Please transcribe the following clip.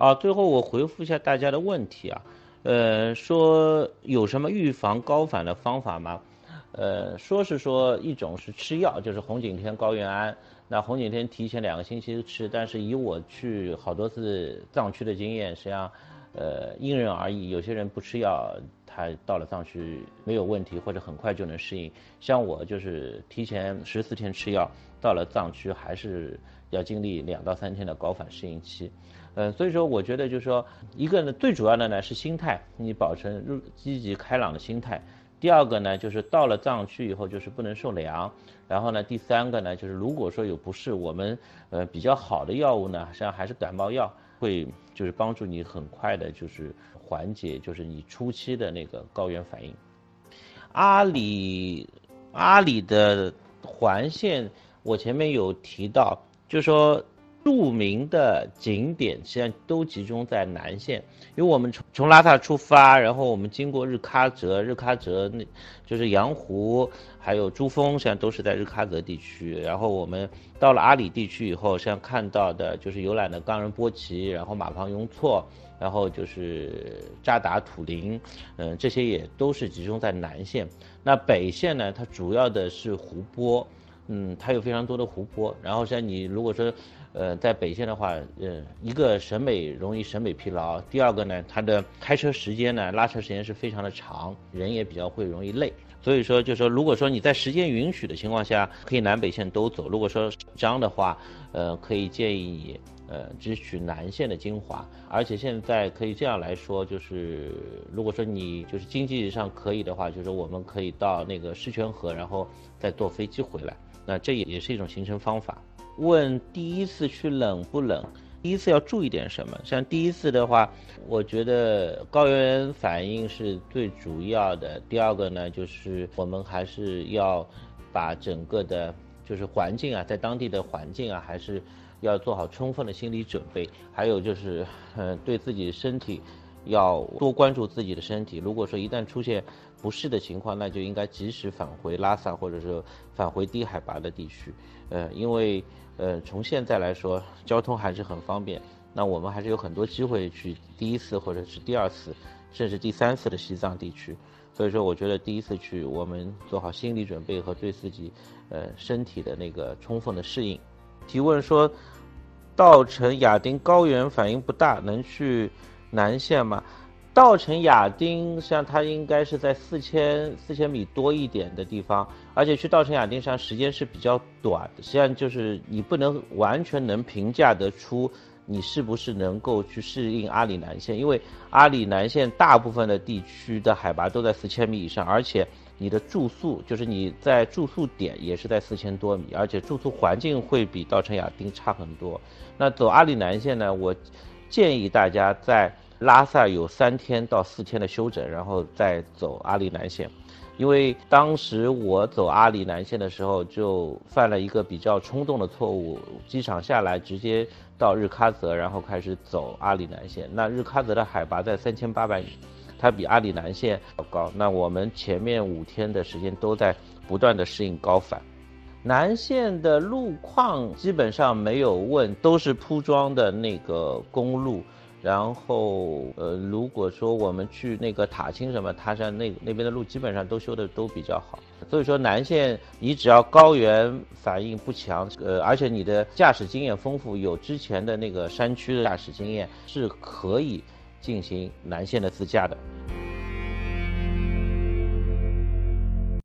最后我回复一下大家的问题啊，说有什么预防高反的方法吗？说一种是吃药，就是红景天高原安。那红景天提前2个星期吃，但是以我去好多次藏区的经验，实际上，因人而异。有些人不吃药，他到了藏区没有问题，或者很快就能适应。像我就是提前14天吃药，到了藏区还是要经历2到3天的高反适应期。所以说我觉得就是说，一个呢最主要的呢是心态，你保持积极开朗的心态。第二个呢，就是到了藏区以后，就是不能受凉。然后呢，第三个呢，就是如果说有不适，我们比较好的药物呢，实际上还是感冒药，会就是帮助你很快的，就是缓解就是你初期的那个高原反应。阿里的环线，我前面有提到，就是说著名的景点实际上都集中在南线，因为我们从拉萨出发，然后我们经过日喀则，那就是羊湖，还有珠峰，实际上都是在日喀则地区。然后我们到了阿里地区以后，实际上看到的就是游览的冈仁波齐，然后马旁雍措，然后就是扎达土林，这些也都是集中在南线。那北线呢，它主要的是湖泊。它有非常多的湖泊，然后像你如果说，在北线的话，一个容易审美疲劳，第二个呢，它的开车时间呢，拉车时间是非常的长，人也比较会容易累，所以说就是说，如果说你在时间允许的情况下，可以南北线都走，如果说张的话，可以建议你。只取南线的精华，而且现在可以这样来说，就是如果说你就是经济上可以的话，就是我们可以到那个狮泉河，然后再坐飞机回来，那这也是一种行程方法。问第一次去冷不冷？第一次要注意点什么？像第一次的话，我觉得高原反应是最主要的。第二个呢，就是我们还是要把整个的，就是环境啊，在当地的环境啊，还是要做好充分的心理准备。还有就是，对自己的身体要多关注自己的身体。如果说一旦出现不适的情况，那就应该及时返回拉萨，或者是返回低海拔的地区。因为从现在来说，交通还是很方便，那我们还是有很多机会去第一次或者是第二次，甚至第三次的西藏地区。所以说，我觉得第一次去，我们做好心理准备和对自己身体的那个充分的适应。提问说，稻城亚丁高原反应不大，能去南线吗？稻城亚丁实际上它应该是在4000米多一点的地方，而且去稻城亚丁上时间是比较短的，实际上就是你不能完全能评价得出你是不是能够去适应阿里南线，因为阿里南线大部分的地区的海拔都在4000米以上，而且你的住宿就是你在住宿点也是在4000多米，而且住宿环境会比稻城亚丁差很多。那走阿里南线呢，我建议大家在拉萨有3天到4天的休整，然后再走阿里南线。因为当时我走阿里南线的时候，就犯了一个比较冲动的错误，机场下来直接到日喀则，然后开始走阿里南线。那日喀则的海拔在3800米，它比阿里南线要高。那我们前面5天的时间都在不断的适应高反。南线的路况基本上没有问，都是铺装的那个公路。然后如果说我们去那个塔青什么，它上那边的路基本上都修的都比较好。所以说南线你只要高原反应不强，而且你的驾驶经验丰富，有之前的那个山区的驾驶经验，是可以进行南线的自驾的。